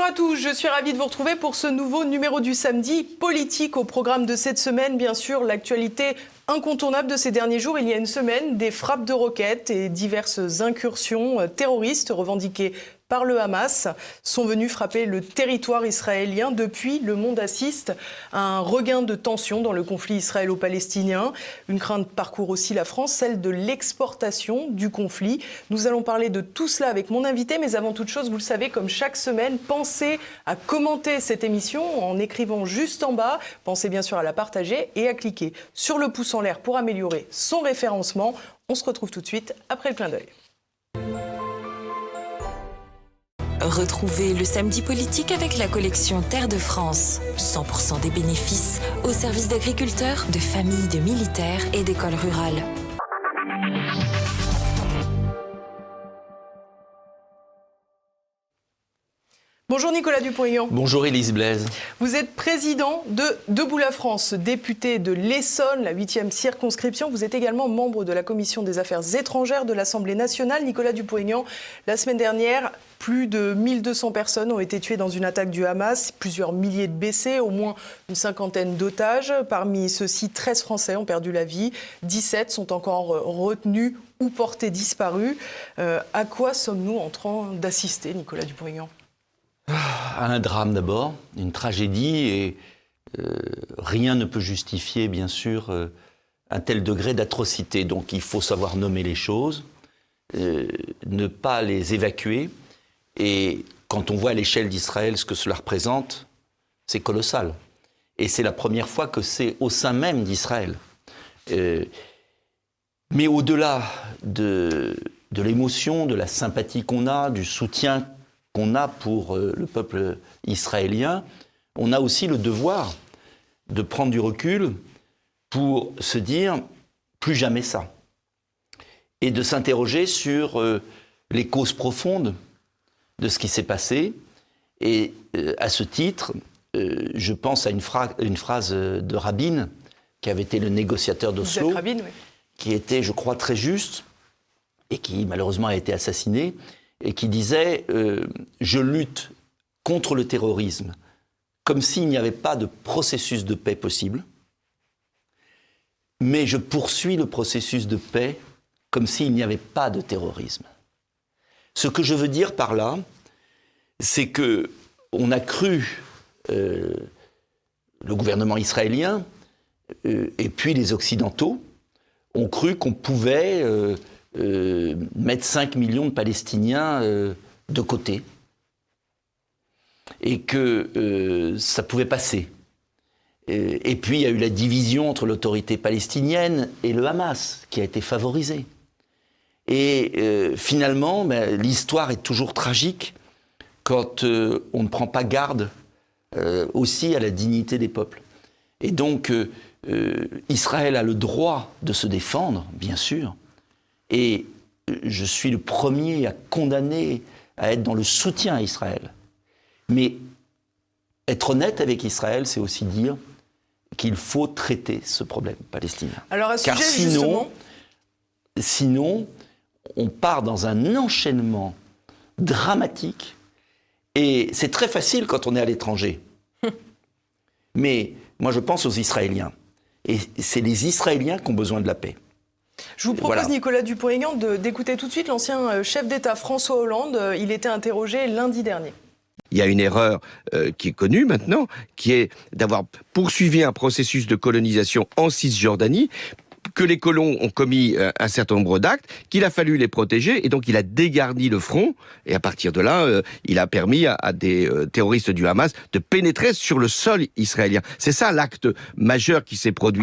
à tous, je suis ravie de vous retrouver pour ce nouveau numéro du samedi politique. Au programme de cette semaine, bien sûr, l'actualité incontournable de ces derniers jours. Il y a une semaine, des frappes de roquettes et diverses incursions terroristes revendiquées par le Hamas sont venus frapper le territoire israélien. Depuis, le monde assiste à un regain de tension dans le conflit israélo-palestinien. Une crainte parcourt aussi la France, celle de l'exportation du conflit. Nous allons parler de tout cela avec mon invité, mais avant toute chose, vous le savez, comme chaque semaine, pensez à commenter cette émission en écrivant juste en bas. Pensez bien sûr à la partager et à cliquer sur le pouce en l'air pour améliorer son référencement. On se retrouve tout de suite après le clin d'œil. Retrouvez le samedi politique avec la collection Terre de France. 100% des bénéfices au service d'agriculteurs, de familles, de militaires et d'écoles rurales. Bonjour Nicolas Dupont-Aignan. Bonjour Élise Blaise. Vous êtes président de Debout la France, député de l'Essonne, la 8e circonscription. Vous êtes également membre de la Commission des Affaires étrangères de l'Assemblée nationale. Nicolas Dupont-Aignan, la semaine dernière, plus de 1200 personnes ont été tuées dans une attaque du Hamas, plusieurs milliers de blessés, au moins une cinquantaine d'otages. Parmi ceux-ci, 13 Français ont perdu la vie, 17 sont encore retenus ou portés disparus. À quoi sommes-nous en train d'assister, Nicolas Dupont-Aignan ? À un drame d'abord, une tragédie, et rien ne peut justifier, bien sûr, un tel degré d'atrocité. Donc il faut savoir nommer les choses, ne pas les évacuer. Et quand on voit à l'échelle d'Israël ce que cela représente, c'est colossal. Et c'est la première fois que c'est au sein même d'Israël. Mais au-delà de l'émotion, de la sympathie qu'on a, du soutien qu'on a pour le peuple israélien, on a aussi le devoir de prendre du recul pour se dire plus jamais ça. Et de s'interroger sur les causes profondes de ce qui s'est passé. Et à ce titre, je pense à une phrase de Rabin, qui avait été le négociateur d'Oslo, Rabin, oui. Qui était, je crois, très juste, et qui malheureusement a été assassiné, et qui disait « Je lutte contre le terrorisme comme s'il n'y avait pas de processus de paix possible, mais je poursuis le processus de paix comme s'il n'y avait pas de terrorisme. » Ce que je veux dire par là, c'est qu'on a cru, le gouvernement israélien et puis les Occidentaux, ont cru qu'on pouvait mettre 5 millions de Palestiniens de côté et que ça pouvait passer. Et puis il y a eu la division entre l'autorité palestinienne et le Hamas qui a été favorisée. Et finalement, l'histoire est toujours tragique quand on ne prend pas garde aussi à la dignité des peuples. Et donc Israël a le droit de se défendre, bien sûr, et je suis le premier à condamner, à être dans le soutien à Israël. Mais être honnête avec Israël, c'est aussi dire qu'il faut traiter ce problème palestinien. Alors, à ce car sujet, sinon, on part dans un enchaînement dramatique, et c'est très facile quand on est à l'étranger. Mais moi, je pense aux Israéliens. Et c'est les Israéliens qui ont besoin de la paix. Je vous propose, Nicolas Dupont-Aignan, d'écouter tout de suite l'ancien chef d'État François Hollande. Il était interrogé lundi dernier. Il y a une erreur qui est connue maintenant, qui est d'avoir poursuivi un processus de colonisation en Cisjordanie, que les colons ont commis un certain nombre d'actes, qu'il a fallu les protéger, et donc il a dégarni le front, et à partir de là, il a permis à des terroristes du Hamas de pénétrer sur le sol israélien. C'est ça l'acte majeur qui s'est produit.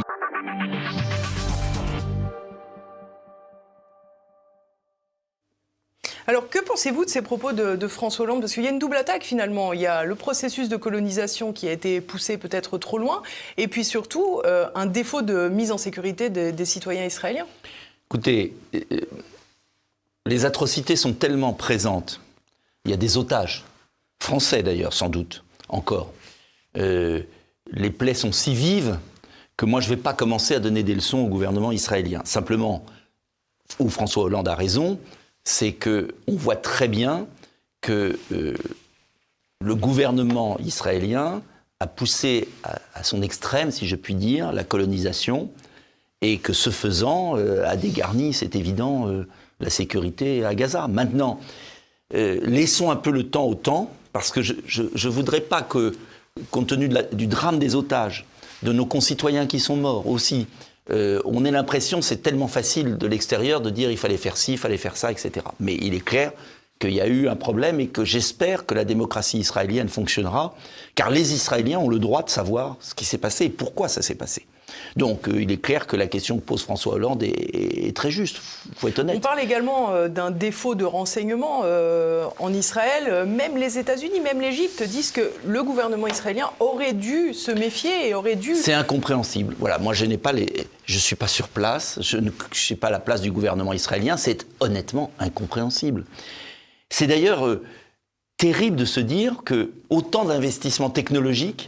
Alors, que pensez-vous de ces propos de François Hollande ? Parce qu'il y a une double attaque, finalement. Il y a le processus de colonisation qui a été poussé peut-être trop loin, et puis surtout, un défaut de mise en sécurité des citoyens israéliens. Écoutez, les atrocités sont tellement présentes. Il y a des otages, français d'ailleurs, sans doute, encore. Les plaies sont si vives que moi, je ne vais pas commencer à donner des leçons au gouvernement israélien. Simplement, où François Hollande a raison, c'est qu'on voit très bien que le gouvernement israélien a poussé à son extrême, si je puis dire, la colonisation, et que ce faisant, a dégarni, c'est évident, la sécurité à Gaza. Maintenant, laissons un peu le temps au temps, parce que je ne voudrais pas que, compte tenu du drame des otages, de nos concitoyens qui sont morts aussi, on ait l'impression, c'est tellement facile de l'extérieur de dire il fallait faire ci, il fallait faire ça, etc. Mais il est clair qu'il y a eu un problème et que j'espère que la démocratie israélienne fonctionnera, car les Israéliens ont le droit de savoir ce qui s'est passé et pourquoi ça s'est passé. Donc il est clair que la question que pose François Hollande est très juste, il faut être honnête. On parle également d'un défaut de renseignement en Israël. Même les États-Unis, même l'Égypte disent que le gouvernement israélien aurait dû se méfier et aurait dû... C'est incompréhensible. Voilà, moi je suis pas sur place, je ne suis pas à la place du gouvernement israélien, c'est honnêtement incompréhensible. C'est d'ailleurs terrible de se dire que autant d'investissements technologiques,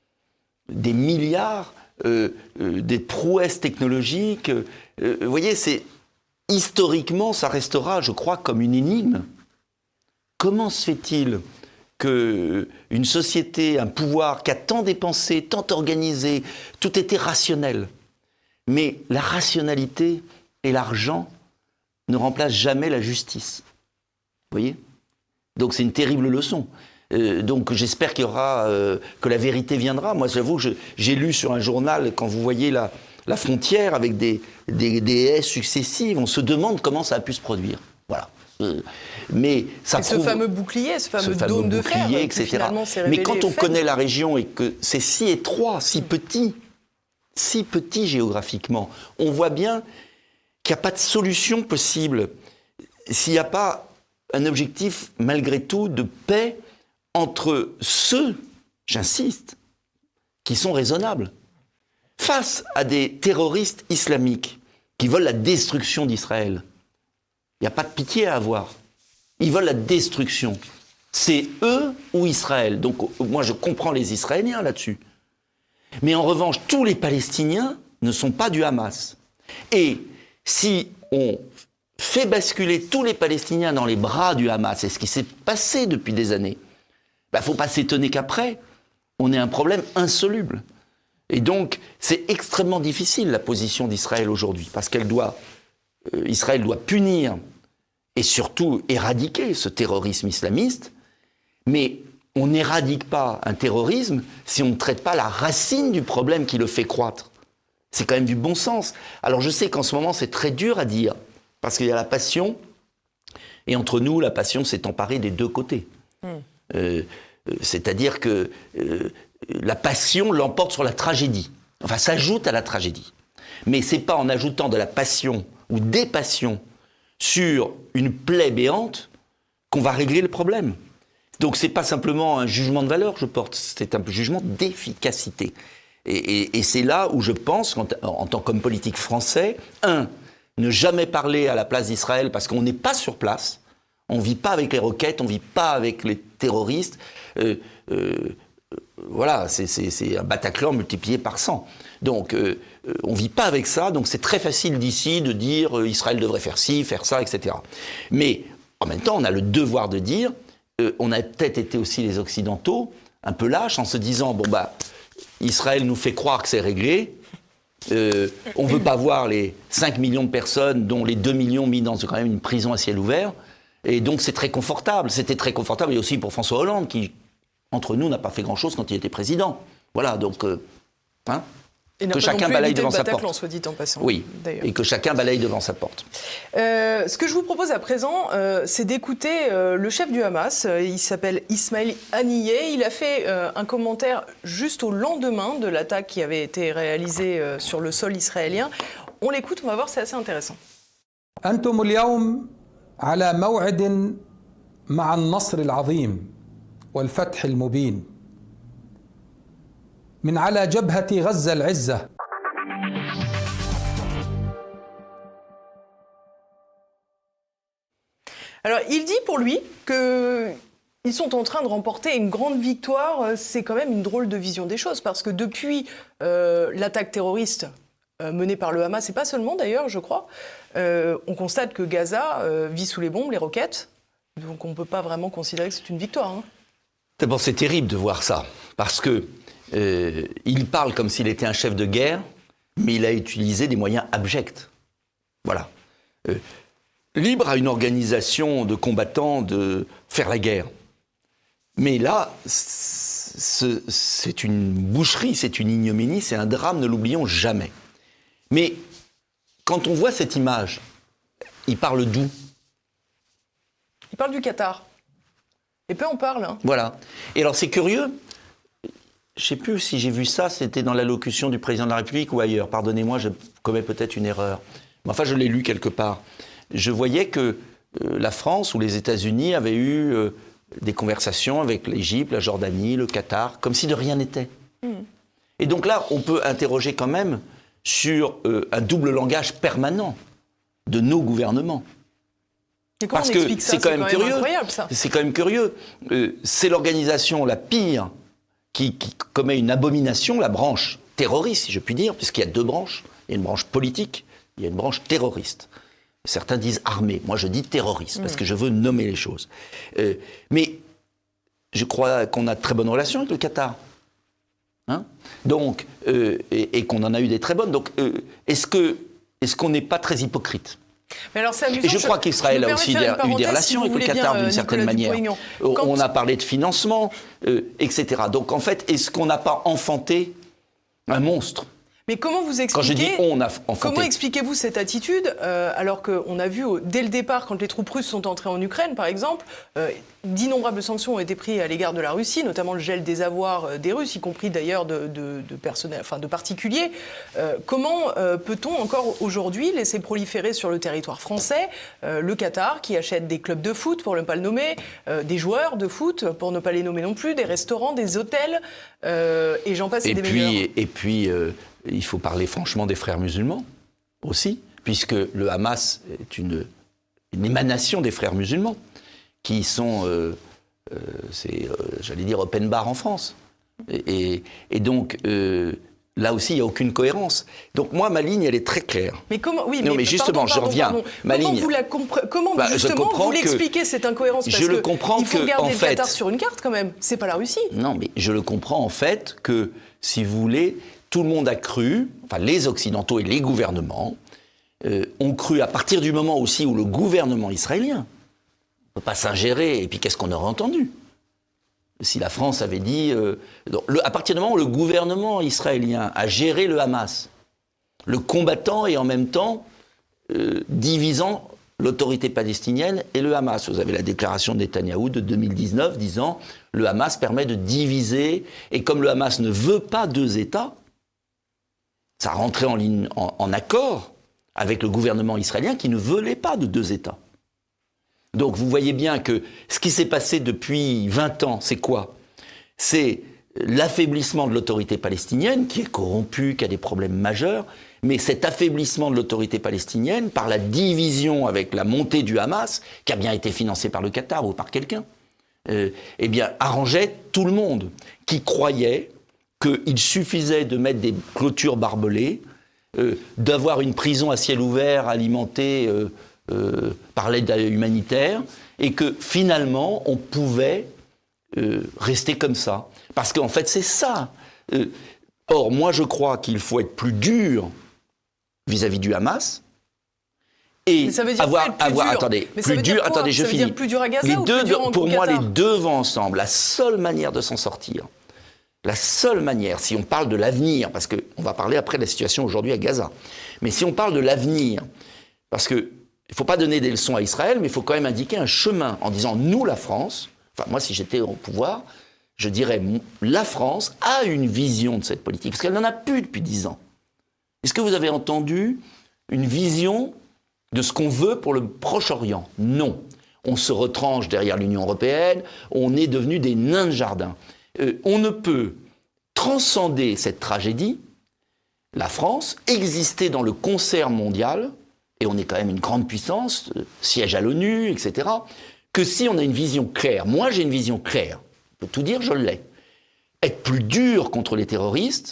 des milliards, des prouesses technologiques, vous voyez, historiquement, ça restera, je crois, comme une énigme. Comment se fait-il qu'une société, un pouvoir qui a tant dépensé, tant organisé, tout était rationnel, mais la rationalité et l'argent ne remplacent jamais la justice. Vous voyez ? Donc c'est une terrible leçon. Donc j'espère qu'il y aura, que la vérité viendra. Moi j'avoue que j'ai lu sur un journal, quand vous voyez la frontière avec des haies successives, on se demande comment ça a pu se produire. Voilà. Mais ça prouve... Ce fameux bouclier, ce fameux dôme de fer, etc. Mais quand on connaît la région et que c'est si étroit, si petit géographiquement, on voit bien qu'il n'y a pas de solution possible s'il n'y a pas un objectif, malgré tout, de paix entre ceux, j'insiste, qui sont raisonnables, face à des terroristes islamiques qui veulent la destruction d'Israël. Il n'y a pas de pitié à avoir. Ils veulent la destruction. C'est eux ou Israël. Donc moi, je comprends les Israéliens là-dessus. Mais en revanche, tous les Palestiniens ne sont pas du Hamas. Et si on fait basculer tous les Palestiniens dans les bras du Hamas, c'est ce qui s'est passé depuis des années, il ne faut pas s'étonner qu'après, on ait un problème insoluble. Et donc, c'est extrêmement difficile la position d'Israël aujourd'hui, parce Israël doit punir et surtout éradiquer ce terrorisme islamiste, mais on n'éradique pas un terrorisme si on ne traite pas la racine du problème qui le fait croître. C'est quand même du bon sens. Alors je sais qu'en ce moment, c'est très dur à dire, parce qu'il y a la passion, et entre nous, la passion s'est emparée des deux côtés. C'est-à-dire que la passion l'emporte sur la tragédie, enfin s'ajoute à la tragédie. Mais c'est pas en ajoutant de la passion ou des passions sur une plaie béante qu'on va régler le problème. Donc c'est pas simplement un jugement de valeur que je porte, c'est un jugement d'efficacité. Et c'est là où je pense, en tant qu'homme politique français, ne jamais parler à la place d'Israël parce qu'on n'est pas sur place, on ne vit pas avec les roquettes, on ne vit pas avec les terroristes. Voilà, c'est un Bataclan multiplié par 100. Donc on ne vit pas avec ça, donc c'est très facile d'ici de dire Israël devrait faire ci, faire ça, etc. Mais en même temps, on a le devoir de dire, on a peut-être été aussi les Occidentaux, un peu lâches en se disant, Israël nous fait croire que c'est réglé, on ne veut pas voir les 5 millions de personnes, dont les 2 millions mis dans quand même une prison à ciel ouvert. Et donc c'est très confortable. C'était très confortable, et aussi pour François Hollande, qui, entre nous, n'a pas fait grand-chose quand il était président. Voilà, donc... que chacun balaye devant sa porte. Soit dit en passant, oui, et que chacun balaye devant sa porte. Ce que je vous propose à présent, c'est d'écouter le chef du Hamas. Il s'appelle Ismaël Haniyeh. Il a fait un commentaire juste au lendemain de l'attaque qui avait été réalisée sur le sol israélien. On l'écoute, on va voir, c'est assez intéressant. أنتم اليوم على موعد مع النصر العظيم والفتح المبين من على جبهة غزة العزة. Alors, il dit pour lui qu'ils sont en train de remporter une grande victoire. C'est quand même une drôle de vision des choses, parce que depuis l'attaque terroriste menée par le Hamas, et pas seulement d'ailleurs, je crois, on constate que Gaza vit sous les bombes, les roquettes. Donc on ne peut pas vraiment considérer que c'est une victoire. D'abord, c'est terrible de voir ça, parce que il parle comme s'il était un chef de guerre, mais il a utilisé des moyens abjects. Voilà. Libre à une organisation de combattants de faire la guerre. Mais là, c'est une boucherie, c'est une ignominie, c'est un drame, ne l'oublions jamais. Mais quand on voit cette image, il parle d'où ? Il parle du Qatar. Et peu on parle. Hein. Voilà. Et alors c'est curieux, je ne sais plus si j'ai vu ça, c'était dans l'allocution du président de la République ou ailleurs. Pardonnez-moi, je commets peut-être une erreur. Mais enfin, je l'ai lu quelque part. Je voyais que la France ou les États-Unis avaient eu des conversations avec l'Égypte, la Jordanie, le Qatar, comme si de rien n'était. Et donc là, on peut interroger quand même sur un double langage permanent de nos gouvernements. Parce que c'est quand même curieux. C'est quand même curieux. C'est l'organisation la pire qui commet une abomination, la branche terroriste, si je puis dire, puisqu'il y a deux branches. Il y a une branche politique, il y a une branche terroriste. Certains disent armée, moi je dis terroriste, parce que je veux nommer les choses. Mais je crois qu'on a de très bonnes relations avec le Qatar. Hein ? Donc, et qu'on en a eu des très bonnes. Donc, est-ce qu'on n'est pas très hypocrite ? Mais alors, c'est amusant, et je crois qu'Israël a aussi eu des relations avec le Qatar d'une certaine manière. On a parlé de financement, etc. Donc en fait, est-ce qu'on n'a pas enfanté un monstre ? Mais comment vous expliquez, quand je dis on a enfanté, comment expliquez-vous cette attitude alors qu'on a vu dès le départ, quand les troupes russes sont entrées en Ukraine, par exemple, d'innombrables sanctions ont été prises à l'égard de la Russie, notamment le gel des avoirs des Russes, y compris d'ailleurs de personnel, enfin de particuliers. Comment peut-on encore aujourd'hui laisser proliférer sur le territoire français le Qatar qui achète des clubs de foot, pour ne pas le nommer, des joueurs de foot, pour ne pas les nommer non plus, des restaurants, des hôtels, et j'en passe et des meilleurs. Et puis il faut parler franchement des frères musulmans aussi, puisque le Hamas est une émanation des frères musulmans, qui sont, j'allais dire, open bar en France. Et donc, là aussi, il n'y a aucune cohérence. Donc moi, ma ligne, elle est très claire. Mais comment ? Oui, non, mais justement, je reviens. Ma comment ligne. Comment justement vous l'expliquez cette incohérence ? Parce je le comprends il faut que, garder en le Qatar sur une carte quand même. C'est pas la Russie. Non, mais je le comprends en fait que, si vous voulez, tout le monde a cru, enfin les Occidentaux et les gouvernements, ont cru à partir du moment aussi où le gouvernement israélien ne peut pas s'ingérer. Et puis qu'est-ce qu'on aurait entendu ? Si la France avait dit... à partir du moment où le gouvernement israélien a géré le Hamas, le combattant et en même temps divisant l'autorité palestinienne et le Hamas. Vous avez la déclaration de Netanyahou de 2019 disant « le Hamas permet de diviser » et comme le Hamas ne veut pas deux États, ça rentrait en accord avec le gouvernement israélien qui ne voulait pas de deux États. Donc vous voyez bien que ce qui s'est passé depuis 20 ans, c'est quoi ? C'est l'affaiblissement de l'autorité palestinienne, qui est corrompue, qui a des problèmes majeurs, mais cet affaiblissement de l'autorité palestinienne par la division avec la montée du Hamas, qui a bien été financée par le Qatar ou par quelqu'un, eh bien, arrangeait tout le monde, qui croyait qu'il suffisait de mettre des clôtures barbelées, d'avoir une prison à ciel ouvert alimentée par l'aide humanitaire, et que finalement, on pouvait rester comme ça. Parce qu'en fait, c'est ça. Or, moi, je crois qu'il faut être plus dur vis-à-vis du Hamas, et mais ça veut dire attendez, je finis. Plus dur à Gaza pour moi, les deux vont ensemble. La seule manière de s'en sortir, la seule manière, si on parle de l'avenir, parce qu'on va parler après de la situation aujourd'hui à Gaza, mais si on parle de l'avenir, parce qu'il ne faut pas donner des leçons à Israël, mais il faut quand même indiquer un chemin en disant, nous, la France, enfin moi, si j'étais au pouvoir, je dirais, la France a une vision de cette politique, parce qu'elle n'en a plus depuis 10 ans. Est-ce que vous avez entendu une vision de ce qu'on veut pour le Proche-Orient ? Non. On se retranche derrière l'Union européenne, on est devenus des nains de jardin. On ne peut transcender cette tragédie, la France, exister dans le concert mondial, et on est quand même une grande puissance, siège à l'ONU, etc., que si on a une vision claire. Moi, j'ai une vision claire. Je peux tout dire, je l'ai. Être plus dur contre les terroristes,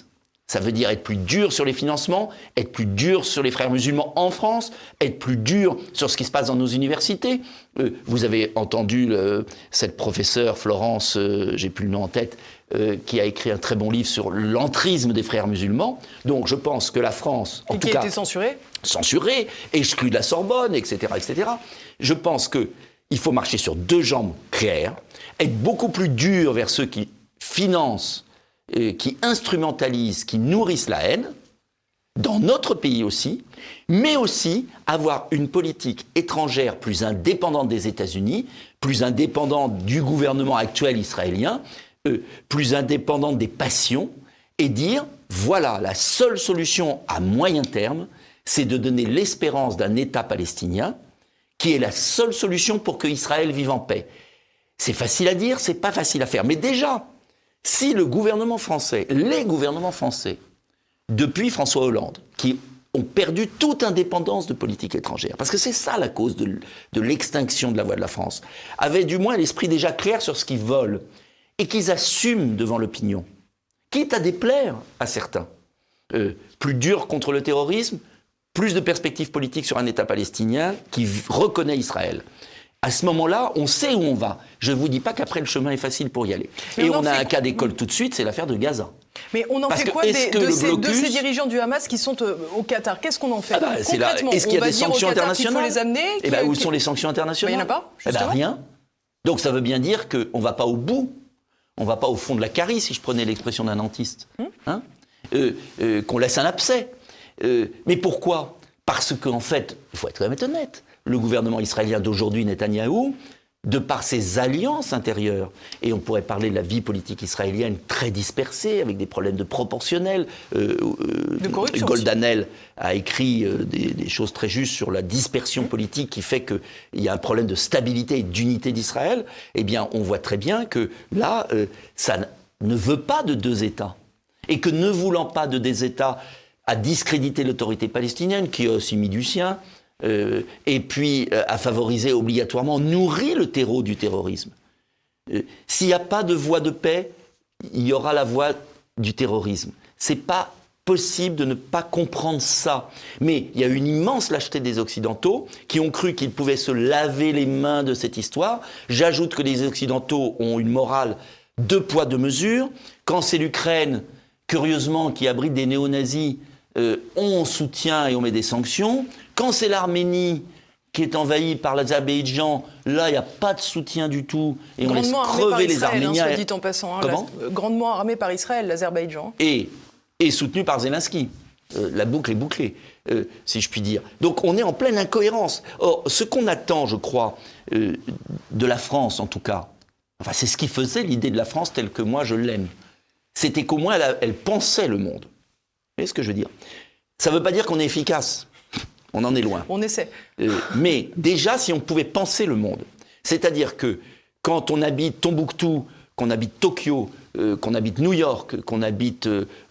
Ça veut dire être plus dur sur les financements, être plus dur sur les frères musulmans en France, être plus dur sur ce qui se passe dans nos universités. Vous avez entendu cette professeure, Florence, j'ai plus le nom en tête, qui a écrit un très bon livre sur l'entrisme des frères musulmans. Donc je pense que la France, en tout cas... Et qui a été censurée, exclue de la Sorbonne, etc., etc. Je pense qu'il faut marcher sur deux jambes claires, être beaucoup plus dur vers ceux qui financent, qui instrumentalisent, qui nourrissent la haine, dans notre pays aussi, mais aussi avoir une politique étrangère plus indépendante des États-Unis, plus indépendante du gouvernement actuel israélien, plus indépendante des passions, et dire, voilà, la seule solution à moyen terme, c'est de donner l'espérance d'un État palestinien, qui est la seule solution pour que Israël vive en paix. C'est facile à dire, c'est pas facile à faire, mais déjà, si le gouvernement français, les gouvernements français, depuis François Hollande, qui ont perdu toute indépendance de politique étrangère, parce que c'est ça la cause de l'extinction de la voix de la France, avaient du moins l'esprit déjà clair sur ce qu'ils veulent, et qu'ils assument devant l'opinion, quitte à déplaire à certains. Plus dur contre le terrorisme, plus de perspectives politiques sur un État palestinien qui reconnaît Israël. À ce moment-là, on sait où on va. Je ne vous dis pas qu'après, le chemin est facile pour y aller. Et on a un cas d'école tout de suite, c'est l'affaire de Gaza. Mais on en fait quoi de ces dirigeants du Hamas qui sont au Qatar? Qu'est-ce qu'on en fait concrètement? Est-ce qu'il y a des sanctions internationales? Il faut les amener. Où sont les sanctions internationales? Il n'y en a pas, justement. Rien. Donc ça veut bien dire qu'on ne va pas au bout. On ne va pas au fond de la carie, si je prenais l'expression d'un dentiste. Qu'on laisse un abcès. Mais pourquoi? Parce qu'en fait, il faut être quand même honnête, le gouvernement israélien d'aujourd'hui, Netanyahou, de par ses alliances intérieures, et on pourrait parler de la vie politique israélienne très dispersée, avec des problèmes de proportionnel. De corruption. Goldanel a écrit des choses très justes sur la dispersion politique qui fait qu'il y a un problème de stabilité et d'unité d'Israël. Eh bien, on voit très bien que là, ça ne veut pas de deux États. Et que ne voulant pas de deux États, a discrédité l'autorité palestinienne, qui a aussi mis du sien, et puis a favorisé obligatoirement, nourri le terreau du terrorisme. S'il n'y a pas de voie de paix, il y aura la voie du terrorisme. C'est pas possible de ne pas comprendre ça. Mais il y a une immense lâcheté des Occidentaux qui ont cru qu'ils pouvaient se laver les mains de cette histoire. J'ajoute que les Occidentaux ont une morale deux poids, deux mesures. Quand c'est l'Ukraine, curieusement, qui abrite des néo-nazis, on soutient et on met des sanctions. Quand c'est l'Arménie qui est envahie par l'Azerbaïdjan, là, il n'y a pas de soutien du tout. Et on laisse crever les Arméniens. Soit dit en passant. Comment ? Grandement armé par Israël, l'Azerbaïdjan. Et soutenu par Zelensky. La boucle est bouclée, si je puis dire. Donc on est en pleine incohérence. Or, ce qu'on attend, je crois, de la France en tout cas, enfin c'est ce qui faisait l'idée de la France telle que moi je l'aime, c'était qu'au moins elle pensait le monde. Vous voyez ce que je veux dire? Ça ne veut pas dire qu'on est efficace. On en est loin. On essaie. Mais déjà, si on pouvait penser le monde, c'est-à-dire que quand on habite Tombouctou, qu'on habite Tokyo, qu'on habite New York, qu'on habite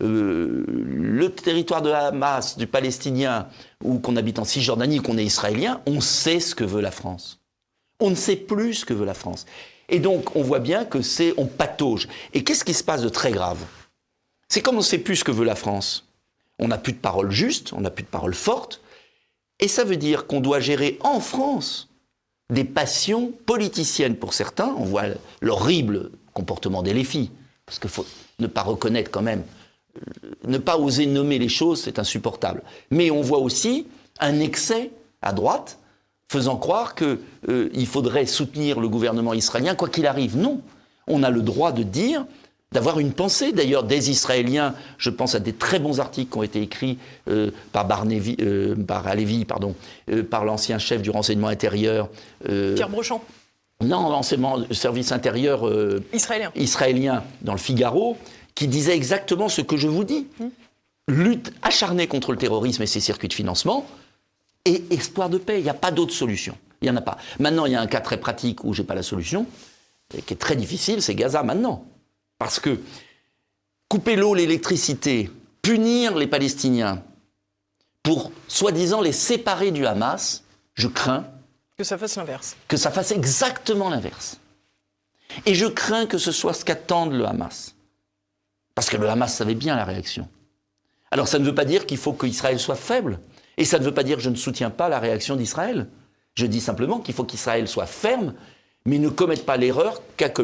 le territoire de Hamas, du Palestinien, ou qu'on habite en Cisjordanie, qu'on est israélien, on sait ce que veut la France. On ne sait plus ce que veut la France. Et donc, on voit bien que on patauge. Et qu'est-ce qui se passe de très grave? C'est comme on ne sait plus ce que veut la France. On n'a plus de paroles justes, on n'a plus de paroles fortes. Et ça veut dire qu'on doit gérer en France des passions politiciennes pour certains. On voit l'horrible comportement des LFI. Parce qu'il faut ne pas reconnaître quand même, ne pas oser nommer les choses, c'est insupportable. Mais on voit aussi un excès à droite, faisant croire qu'il faudrait soutenir le gouvernement israélien quoi qu'il arrive. Non, on a le droit de dire, d'avoir une pensée. D'ailleurs, des Israéliens, je pense à des très bons articles qui ont été écrits par Halevi, par l'ancien chef du renseignement intérieur. Pierre Brochant. Non, l'enseignement service intérieur israélien dans le Figaro, qui disait exactement ce que je vous dis. Lutte acharnée contre le terrorisme et ses circuits de financement, et espoir de paix. Il n'y a pas d'autre solution. Il n'y en a pas. Maintenant, il y a un cas très pratique où je n'ai pas la solution, et qui est très difficile, c'est Gaza maintenant. Parce que couper l'eau, l'électricité, punir les Palestiniens pour, soi-disant, les séparer du Hamas, je crains que ça fasse l'inverse. Que ça fasse exactement l'inverse. Et je crains que ce soit ce qu'attendent le Hamas. Parce que le Hamas savait bien la réaction. Alors ça ne veut pas dire qu'il faut qu'Israël soit faible. Et ça ne veut pas dire que je ne soutiens pas la réaction d'Israël. Je dis simplement qu'il faut qu'Israël soit ferme, mais ne commette pas l'erreur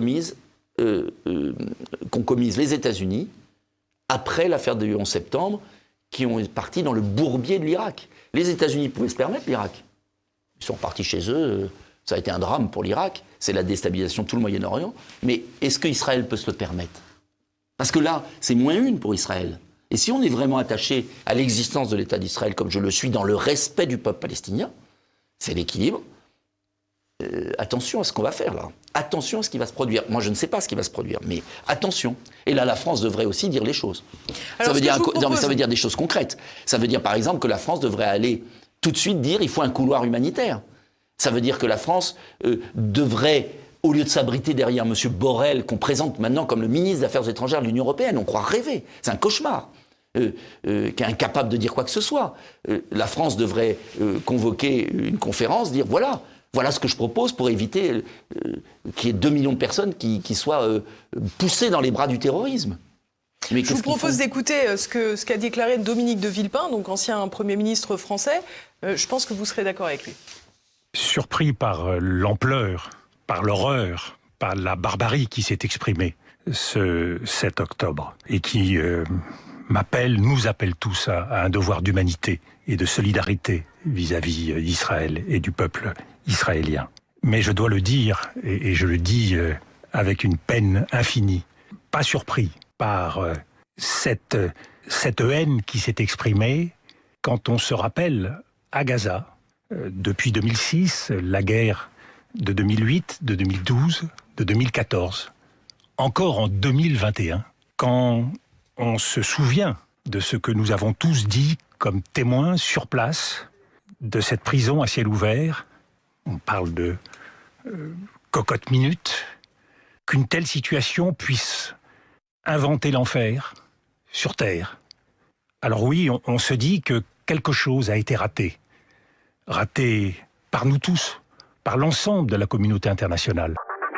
qu'ont commise les États-Unis après l'affaire du 11 septembre, qui ont parti dans le bourbier de l'Irak. Les États-Unis pouvaient se permettre l'Irak. Ils sont partis chez eux, ça a été un drame pour l'Irak, c'est la déstabilisation de tout le Moyen-Orient. Mais est-ce qu'Israël peut se le permettre? Parce que là, c'est -1 pour Israël. Et si on est vraiment attaché à l'existence de l'État d'Israël, comme je le suis, dans le respect du peuple palestinien, c'est l'équilibre. Attention à ce qu'on va faire là. Attention à ce qui va se produire. Moi, je ne sais pas ce qui va se produire, mais attention. Et là, la France devrait aussi dire les choses. Alors, ça veut dire des choses concrètes. Ça veut dire, par exemple, que la France devrait aller tout de suite dire il faut un couloir humanitaire. Ça veut dire que la France devrait, au lieu de s'abriter derrière M. Borrell, qu'on présente maintenant comme le ministre des Affaires étrangères de l'Union européenne, on croit rêver. C'est un cauchemar. Qui est incapable de dire quoi que ce soit. La France devrait convoquer une conférence, dire voilà ce que je propose pour éviter qu'il y ait 2 millions de personnes qui soient poussées dans les bras du terrorisme. Mais je vous propose d'écouter ce qu'a déclaré Dominique de Villepin, donc ancien Premier ministre français. Je pense que vous serez d'accord avec lui. Surpris par l'ampleur, par l'horreur, par la barbarie qui s'est exprimée ce 7 octobre et qui nous appelle tous à un devoir d'humanité et de solidarité vis-à-vis d'Israël et du peuple israélien. Mais je dois le dire, et je le dis avec une peine infinie, pas surpris par cette haine qui s'est exprimée quand on se rappelle à Gaza, depuis 2006, la guerre de 2008, de 2012, de 2014, encore en 2021, quand on se souvient de ce que nous avons tous dit comme témoins sur place de cette prison à ciel ouvert. On parle de cocotte minute. Qu'une telle situation puisse inventer l'enfer sur Terre. Alors oui, on se dit que quelque chose a été raté. Raté par nous tous, par l'ensemble de la communauté internationale.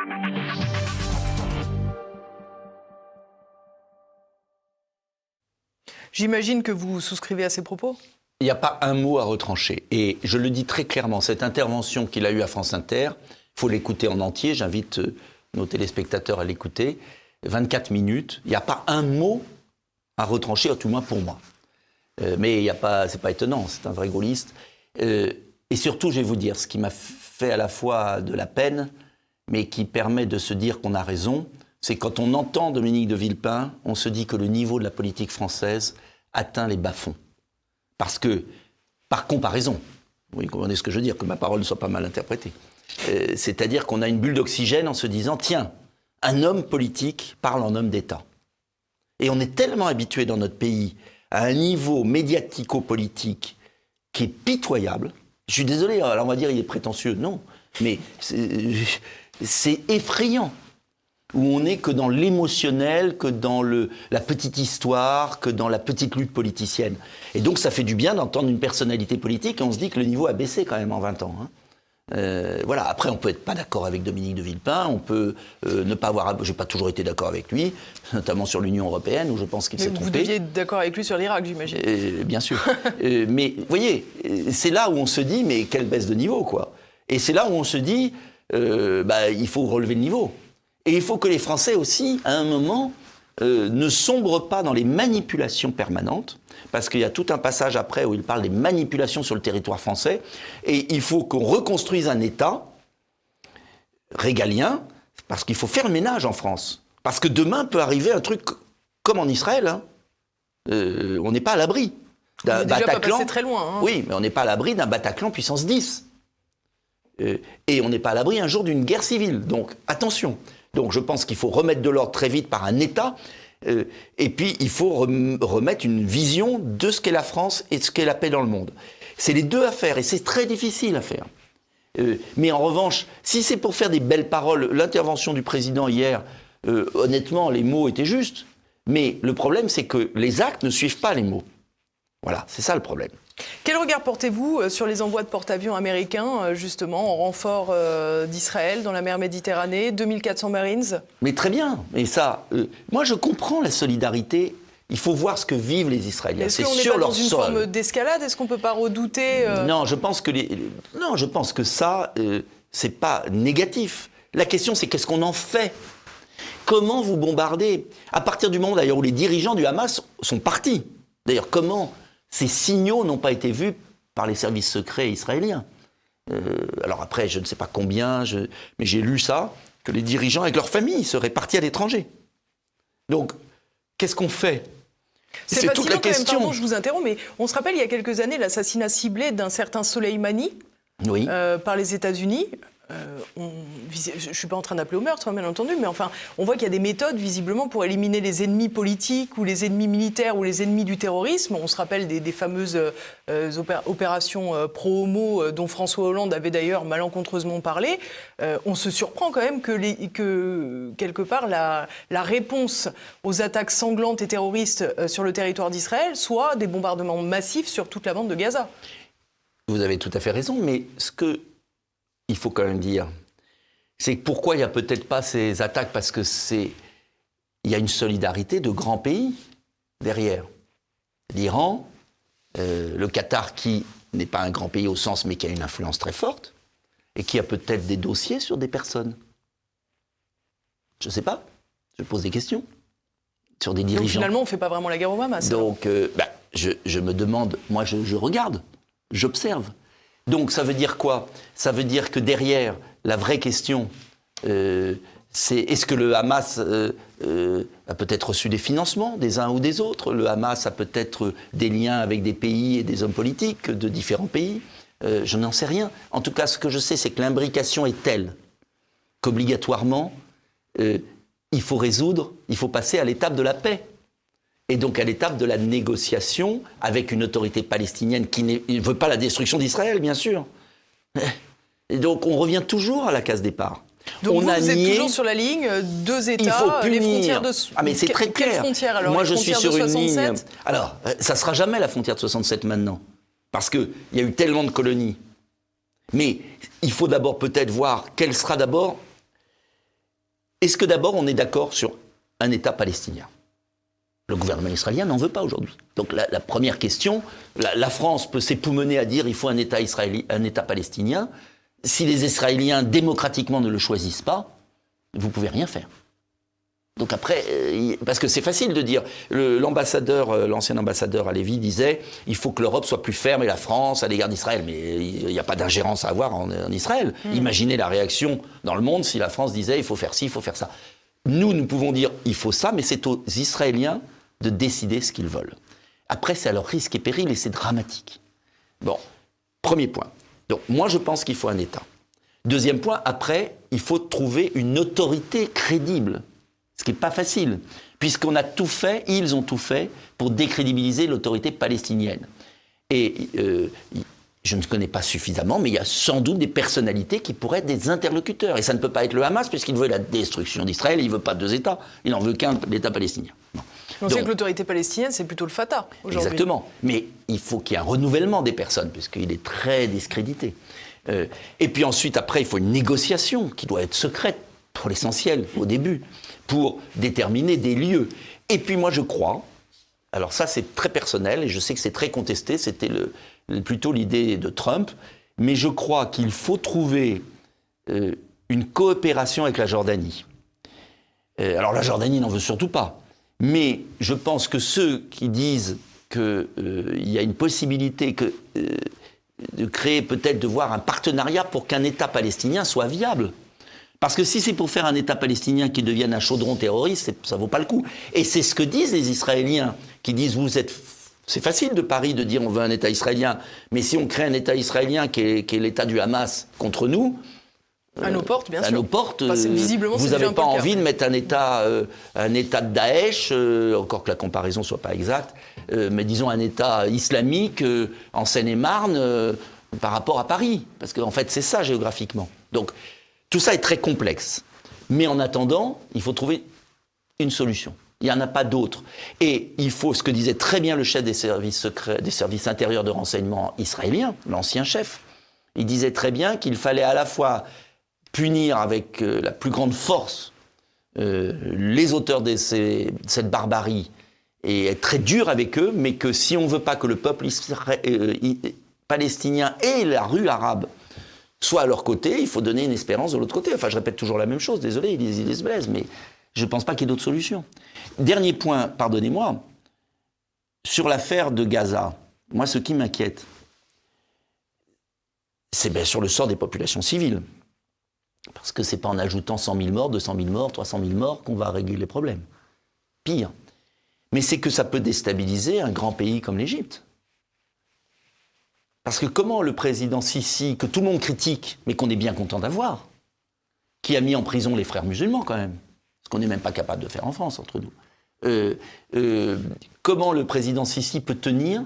J'imagine que vous souscrivez à ces propos ? Il n'y a pas un mot à retrancher. Et je le dis très clairement, cette intervention qu'il a eue à France Inter, il faut l'écouter en entier, j'invite nos téléspectateurs à l'écouter, 24 minutes, il n'y a pas un mot à retrancher, tout moins pour moi. Mais c'est pas étonnant, c'est un vrai gaulliste. Et surtout, je vais vous dire, ce qui m'a fait à la fois de la peine, mais qui permet de se dire qu'on a raison, c'est quand on entend Dominique de Villepin, on se dit que le niveau de la politique française atteint les bas-fonds. Parce que, par comparaison, vous comprenez ce que je veux dire, que ma parole ne soit pas mal interprétée, c'est-à-dire qu'on a une bulle d'oxygène en se disant, tiens, un homme politique parle en homme d'État. Et on est tellement habitué dans notre pays à un niveau médiatico-politique qui est pitoyable. Je suis désolé, alors on va dire il est prétentieux, non, mais c'est effrayant. Où on n'est que dans l'émotionnel, que dans la petite histoire, que dans la petite lutte politicienne. Et donc ça fait du bien d'entendre une personnalité politique et on se dit que le niveau a baissé quand même en 20 ans. Voilà. Après, on peut être pas d'accord avec Dominique de Villepin, on peut ne pas avoir... J'ai pas toujours été d'accord avec lui, notamment sur l'Union européenne, où je pense qu'il s'est trompé. Vous deviez être d'accord avec lui sur l'Irak, j'imagine. Bien sûr. Mais vous voyez, c'est là où on se dit, mais quelle baisse de niveau, quoi. Et c'est là où on se dit, il faut relever le niveau. Et il faut que les Français aussi, à un moment, ne sombrent pas dans les manipulations permanentes, parce qu'il y a tout un passage après où il parle des manipulations sur le territoire français, et il faut qu'on reconstruise un État régalien, parce qu'il faut faire le ménage en France. Parce que demain peut arriver un truc comme en Israël. Hein. On n'est pas à l'abri d'un Bataclan. Pas passé très loin. Hein. Oui, mais on n'est pas à l'abri d'un Bataclan puissance 10. Et on n'est pas à l'abri un jour d'une guerre civile. Donc attention. Donc je pense qu'il faut remettre de l'ordre très vite par un État, et puis il faut remettre une vision de ce qu'est la France et de ce qu'est la paix dans le monde. C'est les deux à faire, et c'est très difficile à faire. Mais en revanche, si c'est pour faire des belles paroles, l'intervention du président hier, honnêtement, les mots étaient justes, mais le problème c'est que les actes ne suivent pas les mots. Voilà, c'est ça le problème. Quel regard portez-vous sur les envois de porte-avions américains, justement, en renfort d'Israël dans la mer Méditerranée, 2400 Marines ? Mais très bien. Et ça, moi je comprends la solidarité Il faut voir ce que vivent les Israéliens. Est-ce C'est qu'on n'est sur pas dans leur une sol. forme d'escalade? Est-ce qu'on ne peut pas redouter Non, je pense que ça, c'est pas négatif. La question, c'est qu'est-ce qu'on en fait? Comment vous bombardez? À partir du moment, d'ailleurs, où les dirigeants du Hamas sont partis. D'ailleurs, comment ces signaux n'ont pas été vus par les services secrets israéliens? Alors après, je ne sais pas combien, mais j'ai lu ça, que les dirigeants avec leurs familles seraient partis à l'étranger. Donc, qu'est-ce qu'on fait? C'est toute la fascinant quand même, question. pardon, je vous interromps, mais on se rappelle il y a quelques années l'assassinat ciblé d'un certain Soleimani Oui. par les États-Unis. Je ne suis pas en train d'appeler au meurtre, bien entendu, mais enfin, on voit qu'il y a des méthodes, visiblement, pour éliminer les ennemis politiques ou les ennemis militaires ou les ennemis du terrorisme. On se rappelle des fameuses opérations pro-homo dont François Hollande avait d'ailleurs malencontreusement parlé. On se surprend quand même que quelque part, la réponse aux attaques sanglantes et terroristes sur le territoire d'Israël soit des bombardements massifs sur toute la bande de Gaza. Vous avez tout à fait raison, mais ce que il faut quand même dire, c'est pourquoi il n'y a peut-être pas ces attaques, parce que il y a une solidarité de grands pays derrière. L'Iran, le Qatar, qui n'est pas un grand pays au sens, mais qui a une influence très forte, et qui a peut-être des dossiers sur des personnes. Je ne sais pas, je pose des questions. Sur des dirigeants. Donc finalement, on ne fait pas vraiment la guerre au Hamas. Donc, je me demande, moi je regarde, j'observe. Donc ça veut dire quoi? Ça veut dire que derrière, la vraie question, c'est est-ce que le Hamas a peut-être reçu des financements des uns ou des autres? Le Hamas a peut-être des liens avec des pays et des hommes politiques de différents pays? Je n'en sais rien. En tout cas, ce que je sais, c'est que l'imbrication est telle qu'obligatoirement, il faut passer à l'étape de la paix. Et donc à l'étape de la négociation avec une autorité palestinienne qui ne veut pas la destruction d'Israël, bien sûr. Et donc on revient toujours à la case départ. Donc on vous êtes toujours sur la ligne, deux États, il faut punir. Les frontières de... Ah mais c'est très clair. Quelles frontières alors? Moi les je suis sur une 67? ligne... Alors, ça ne sera jamais la frontière de 67 maintenant. Parce qu'il y a eu tellement de colonies. Mais il faut d'abord peut-être voir quelle sera d'abord... Est-ce que d'abord on est d'accord sur un État palestinien? Le gouvernement israélien n'en veut pas aujourd'hui. Donc la première question, la France peut s'époumoner à dire il faut un État palestinien. Si les Israéliens démocratiquement ne le choisissent pas, vous ne pouvez rien faire. Donc après, parce que c'est facile de dire, l'ancien ambassadeur à Lévis disait il faut que l'Europe soit plus ferme et la France à l'égard d'Israël. Mais il n'y a pas d'ingérence à avoir en Israël. Imaginez la réaction dans le monde si la France disait il faut faire ci, il faut faire ça. Nous pouvons dire il faut ça, mais c'est aux Israéliens de décider ce qu'ils veulent. Après, c'est à leur risque et péril et c'est dramatique. Bon, premier point. Donc, moi, je pense qu'il faut un État. Deuxième point, après, il faut trouver une autorité crédible. Ce qui n'est pas facile, puisqu'on a tout fait, ils ont tout fait, pour décrédibiliser l'autorité palestinienne. Et je ne connais pas suffisamment, mais il y a sans doute des personnalités qui pourraient être des interlocuteurs. Et ça ne peut pas être le Hamas, puisqu'il veut la destruction d'Israël, il ne veut pas deux États, il n'en veut qu'un, l'État palestinien. Bon. On sait que l'autorité palestinienne, c'est plutôt le Fatah, aujourd'hui. Exactement. Mais il faut qu'il y ait un renouvellement des personnes, puisqu'il est très discrédité. Et puis ensuite, après, il faut une négociation qui doit être secrète, pour l'essentiel, au début, pour déterminer des lieux. Et puis moi, je crois, alors ça c'est très personnel, et je sais que c'est très contesté, c'était plutôt l'idée de Trump, mais je crois qu'il faut trouver une coopération avec la Jordanie. Alors la Jordanie n'en veut surtout pas, mais je pense que ceux qui disent qu'il y a une possibilité de créer, peut-être de voir un partenariat pour qu'un État palestinien soit viable. Parce que si c'est pour faire un État palestinien qui devienne un chaudron terroriste, ça ne vaut pas le coup. Et c'est ce que disent les Israéliens, qui disent c'est facile de Paris de dire on veut un État israélien, mais si on crée un État israélien qui est l'État du Hamas contre nous, à nos portes, bien sûr. À nos portes, visiblement, vous n'avez pas envie de mettre un État de Daesh, encore que la comparaison ne soit pas exacte, mais disons un État islamique en Seine-et-Marne par rapport à Paris. Parce qu'en fait, c'est ça géographiquement. Donc, tout ça est très complexe. Mais en attendant, il faut trouver une solution. Il n'y en a pas d'autre. Et il faut, ce que disait très bien le chef des services secrets, des services intérieurs de renseignement israéliens, l'ancien chef, il disait très bien qu'il fallait à la fois punir avec la plus grande force les auteurs de cette barbarie et être très dur avec eux, mais que si on ne veut pas que le peuple palestinien et la rue arabe soient à leur côté, il faut donner une espérance de l'autre côté. Enfin, je répète toujours la même chose, désolé, ils se blessent, mais je ne pense pas qu'il y ait d'autre solution. Dernier point, pardonnez-moi, sur l'affaire de Gaza, moi, ce qui m'inquiète, c'est bien sûr le sort des populations civiles. Parce que ce n'est pas en ajoutant 100 000 morts, 200 000 morts, 300 000 morts qu'on va régler les problèmes. Pire. Mais c'est que ça peut déstabiliser un grand pays comme l'Égypte. Parce que comment le président Sisi, que tout le monde critique, mais qu'on est bien content d'avoir, qui a mis en prison les frères musulmans quand même, ce qu'on n'est même pas capable de faire en France, entre nous, comment le président Sisi peut tenir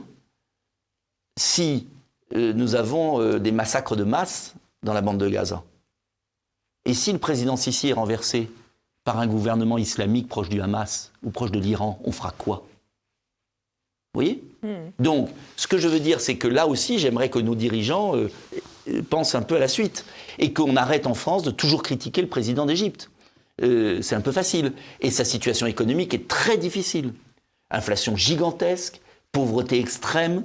si nous avons des massacres de masse dans la bande de Gaza? Et si le président Sisi est renversé par un gouvernement islamique proche du Hamas ou proche de l'Iran, on fera quoi? Vous voyez? Donc, ce que je veux dire, c'est que là aussi, j'aimerais que nos dirigeants pensent un peu à la suite. Et qu'on arrête en France de toujours critiquer le président d'Égypte. C'est un peu facile. Et sa situation économique est très difficile. Inflation gigantesque, pauvreté extrême.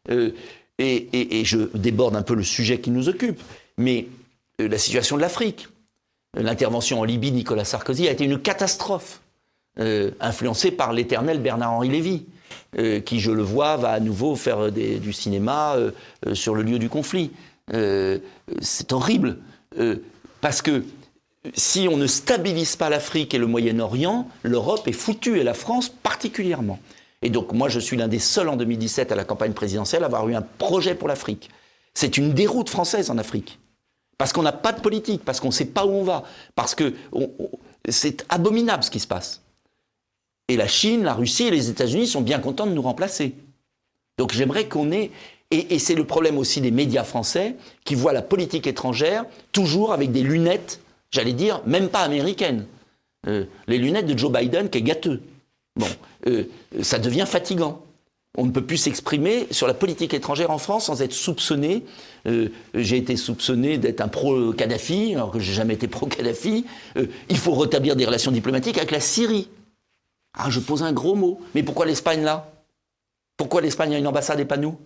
Et je déborde un peu le sujet qui nous occupe. Mais la situation de l'Afrique. L'intervention en Libye de Nicolas Sarkozy a été une catastrophe, influencée par l'éternel Bernard-Henri Lévy, qui, je le vois, va à nouveau faire du cinéma sur le lieu du conflit. C'est horrible, parce que si on ne stabilise pas l'Afrique et le Moyen-Orient, l'Europe est foutue, et la France particulièrement. Et donc moi, je suis l'un des seuls en 2017 à la campagne présidentielle à avoir eu un projet pour l'Afrique. C'est une déroute française en Afrique. Parce qu'on n'a pas de politique, parce qu'on ne sait pas où on va, parce que c'est abominable ce qui se passe. Et la Chine, la Russie et les États-Unis sont bien contents de nous remplacer. Donc j'aimerais qu'on ait... Et c'est le problème aussi des médias français qui voient la politique étrangère toujours avec des lunettes, j'allais dire, même pas américaines. Les lunettes de Joe Biden qui est gâteux. Bon, ça devient fatigant. On ne peut plus s'exprimer sur la politique étrangère en France sans être soupçonné. J'ai été soupçonné d'être un pro-Kadhafi, alors que je n'ai jamais été pro-Kadhafi. Il faut rétablir des relations diplomatiques avec la Syrie. Ah, je pose un gros mot. Mais pourquoi l'Espagne là? Pourquoi l'Espagne a une ambassade et pas nous?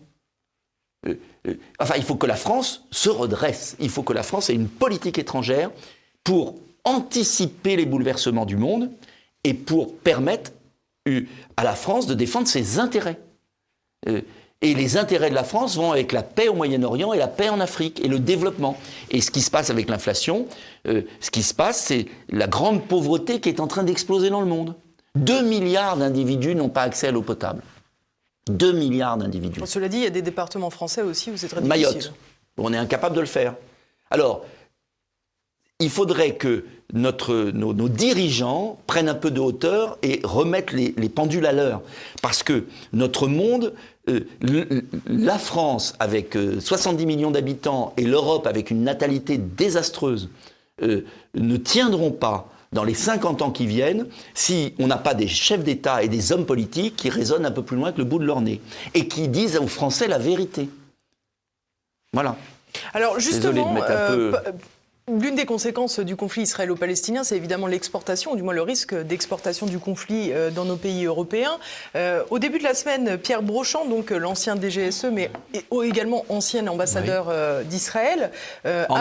Enfin, il faut que la France se redresse. Il faut que la France ait une politique étrangère pour anticiper les bouleversements du monde et pour permettre à la France de défendre ses intérêts. Et les intérêts de la France vont avec la paix au Moyen-Orient et la paix en Afrique et le développement. Et ce qui se passe avec l'inflation, ce qui se passe, c'est la grande pauvreté qui est en train d'exploser dans le monde. 2 milliards d'individus n'ont pas accès à l'eau potable. 2 milliards d'individus. Bon, cela dit, il y a des départements français aussi où c'est très difficile. Mayotte, on est incapable de le faire. Alors, il faudrait que nos dirigeants prennent un peu de hauteur et remettent les pendules à l'heure. Parce que notre monde, la France avec 70 millions d'habitants et l'Europe avec une natalité désastreuse ne tiendront pas dans les 50 ans qui viennent si on n'a pas des chefs d'État et des hommes politiques qui raisonnent un peu plus loin que le bout de leur nez et qui disent aux Français la vérité. Voilà. Alors justement, désolé de mettre un peu... L'une des conséquences du conflit israélo-palestinien, c'est évidemment l'exportation, ou du moins le risque d'exportation du conflit dans nos pays européens. Au début de la semaine, Pierre Brochand, donc l'ancien DGSE, mais également ancien ambassadeur d'Israël, a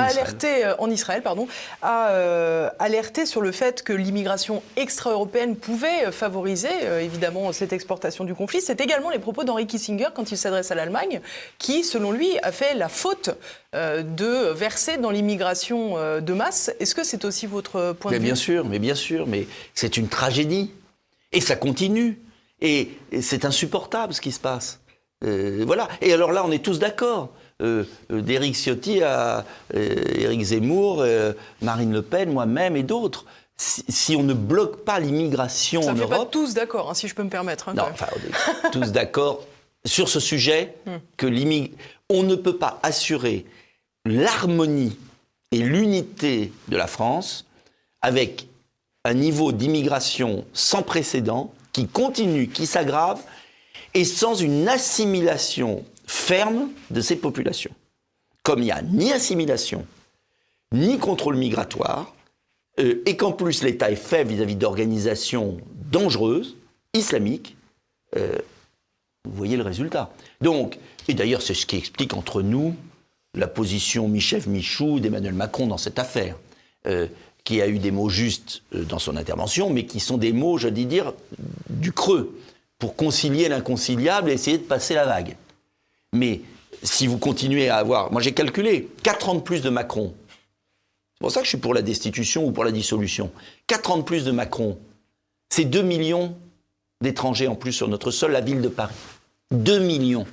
alerté sur le fait que l'immigration extra-européenne pouvait favoriser évidemment cette exportation du conflit. C'est également les propos d'Henry Kissinger quand il s'adresse à l'Allemagne, qui, selon lui, a fait la faute de verser dans l'immigration de masse. Est-ce que c'est aussi votre point de vue? Bien sûr, mais c'est une tragédie. Et ça continue. Et c'est insupportable ce qui se passe. Voilà. Et alors là, on est tous d'accord. D'Éric Ciotti à Éric Zemmour, Marine Le Pen, moi-même et d'autres. Si on ne bloque pas l'immigration en Europe... Ça ne fait pas tous d'accord, hein, si je peux me permettre. Hein, non, enfin, on est tous d'accord sur ce sujet que on ne peut pas assurer l'harmonie et l'unité de la France avec un niveau d'immigration sans précédent qui continue, qui s'aggrave et sans une assimilation ferme de ces populations. Comme il n'y a ni assimilation, ni contrôle migratoire, et qu'en plus l'État est faible vis-à-vis d'organisations dangereuses, islamiques, Vous voyez le résultat. Donc, et d'ailleurs, c'est ce qui explique entre nous la position Michel-Michou d'Emmanuel Macron dans cette affaire, qui a eu des mots justes dans son intervention, mais qui sont des mots, je dis dire, du creux, pour concilier l'inconciliable et essayer de passer la vague. Mais si vous continuez à avoir... Moi, j'ai calculé 4 ans de plus de Macron. C'est pour ça que je suis pour la destitution ou pour la dissolution. 4 ans de plus de Macron, c'est 2 millions d'étrangers en plus sur notre sol, la ville de Paris. 2 millions.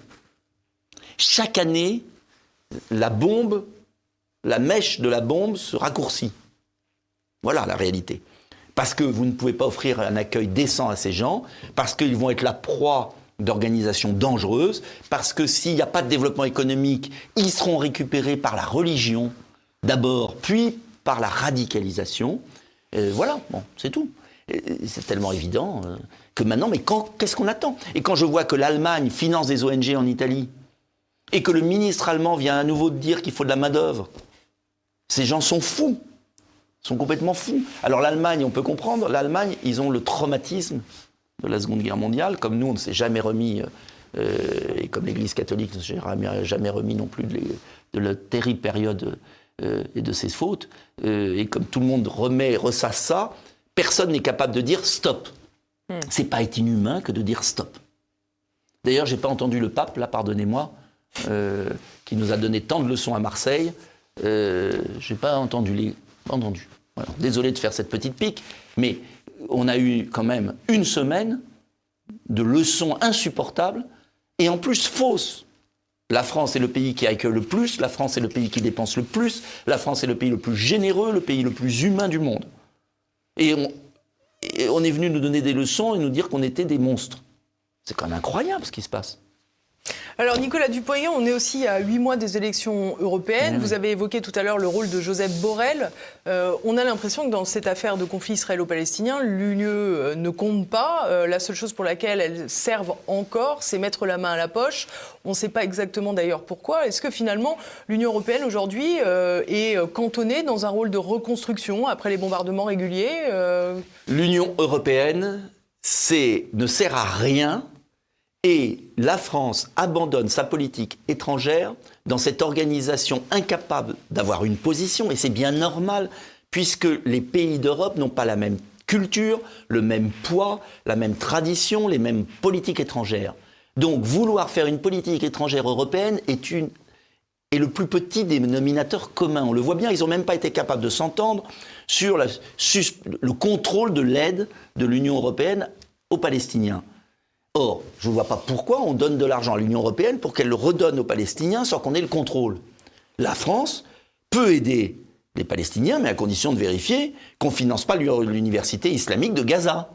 Chaque année, la bombe, la mèche de la bombe se raccourcit. Voilà la réalité. Parce que vous ne pouvez pas offrir un accueil décent à ces gens, parce qu'ils vont être la proie d'organisations dangereuses, parce que s'il n'y a pas de développement économique, ils seront récupérés par la religion, d'abord, puis par la radicalisation. Voilà, bon, c'est tout. C'est tellement évident que maintenant, mais qu'est-ce qu'on attend? Et quand je vois que l'Allemagne finance des ONG en Italie, et que le ministre allemand vient à nouveau de dire qu'il faut de la main-d'œuvre, ces gens sont fous, sont complètement fous. Alors l'Allemagne, on peut comprendre, l'Allemagne, ils ont le traumatisme de la Seconde Guerre mondiale, comme nous, on ne s'est jamais remis, et comme l'Église catholique ne s'est jamais remis non plus de la terrible période et de ses fautes, et comme tout le monde ressasse ça, personne n'est capable de dire stop. C'est pas être inhumain que de dire stop. D'ailleurs, j'ai pas entendu le pape, là, pardonnez-moi, qui nous a donné tant de leçons à Marseille. J'ai pas entendu Voilà. Désolé de faire cette petite pique, mais on a eu quand même une semaine de leçons insupportables et en plus fausses. La France est le pays qui accueille le plus, la France est le pays qui dépense le plus, la France est le pays le plus généreux, le pays le plus humain du monde. Et on est venu nous donner des leçons et nous dire qu'on était des monstres. C'est quand même incroyable ce qui se passe. Alors Nicolas Dupont-Aignan, on est aussi à 8 mois des élections européennes. Vous avez évoqué tout à l'heure le rôle de Joseph Borrell. On a l'impression que dans cette affaire de conflit israélo-palestinien, l'UE ne compte pas. La seule chose pour laquelle elles servent encore, c'est mettre la main à la poche. On ne sait pas exactement d'ailleurs pourquoi. Est-ce que finalement l'Union européenne aujourd'hui est cantonnée dans un rôle de reconstruction après les bombardements réguliers L'Union européenne ne sert à rien. Et la France abandonne sa politique étrangère dans cette organisation incapable d'avoir une position, et c'est bien normal, puisque les pays d'Europe n'ont pas la même culture, le même poids, la même tradition, les mêmes politiques étrangères. Donc vouloir faire une politique étrangère européenne est le plus petit des dénominateurs communs. On le voit bien, ils n'ont même pas été capables de s'entendre sur le contrôle de l'aide de l'Union européenne aux Palestiniens. Or, je ne vois pas pourquoi on donne de l'argent à l'Union européenne pour qu'elle le redonne aux Palestiniens sans qu'on ait le contrôle. La France peut aider les Palestiniens, mais à condition de vérifier qu'on ne finance pas l'université islamique de Gaza.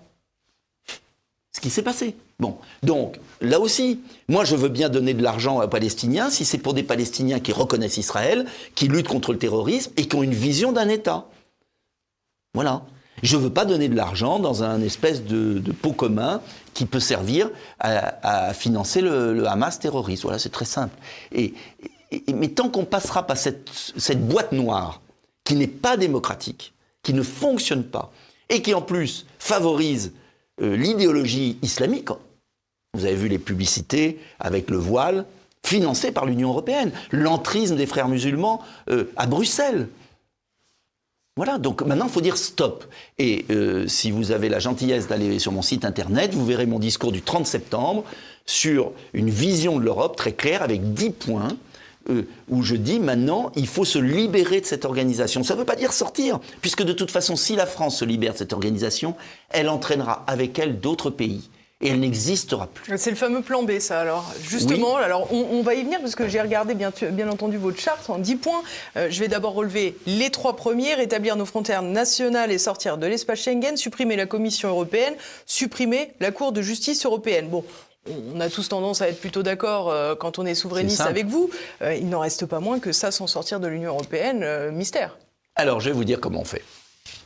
Ce qui s'est passé. Bon, donc, là aussi, moi je veux bien donner de l'argent aux Palestiniens si c'est pour des Palestiniens qui reconnaissent Israël, qui luttent contre le terrorisme et qui ont une vision d'un État. Voilà. Je ne veux pas donner de l'argent dans un espèce de pot commun qui peut servir à financer le Hamas terroriste. Voilà, c'est très simple. Mais tant qu'on ne passera pas cette boîte noire qui n'est pas démocratique, qui ne fonctionne pas, et qui en plus favorise l'idéologie islamique, vous avez vu les publicités avec le voile, financées par l'Union européenne, l'entrisme des frères musulmans à Bruxelles. Voilà, donc maintenant il faut dire stop. Et si vous avez la gentillesse d'aller sur mon site internet, vous verrez mon discours du 30 septembre sur une vision de l'Europe très claire avec 10 points où je dis maintenant il faut se libérer de cette organisation. Ça ne veut pas dire sortir, puisque de toute façon si la France se libère de cette organisation, elle entraînera avec elle d'autres pays. Et elle n'existera plus. C'est le fameux plan B, ça, alors. Justement, oui. Alors, on va y venir, parce que j'ai regardé, bien entendu, votre charte en 10 points. Je vais d'abord relever les 3 premiers. Rétablir nos frontières nationales et sortir de l'espace Schengen. Supprimer la Commission européenne. Supprimer la Cour de justice européenne. Bon, on a tous tendance à être plutôt d'accord quand on est souverainiste avec vous. Il n'en reste pas moins que ça, sans sortir de l'Union européenne, mystère. Alors, je vais vous dire comment on fait.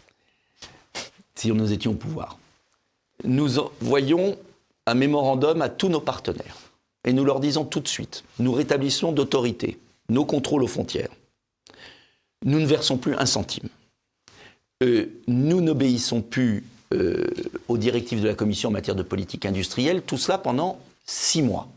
Si nous étions au pouvoir. Nous envoyons un mémorandum à tous nos partenaires. Et nous leur disons tout de suite, nous rétablissons d'autorité, nos contrôles aux frontières. Nous ne versons plus un centime. Nous n'obéissons plus aux directives de la Commission en matière de politique industrielle, tout cela pendant 6 mois.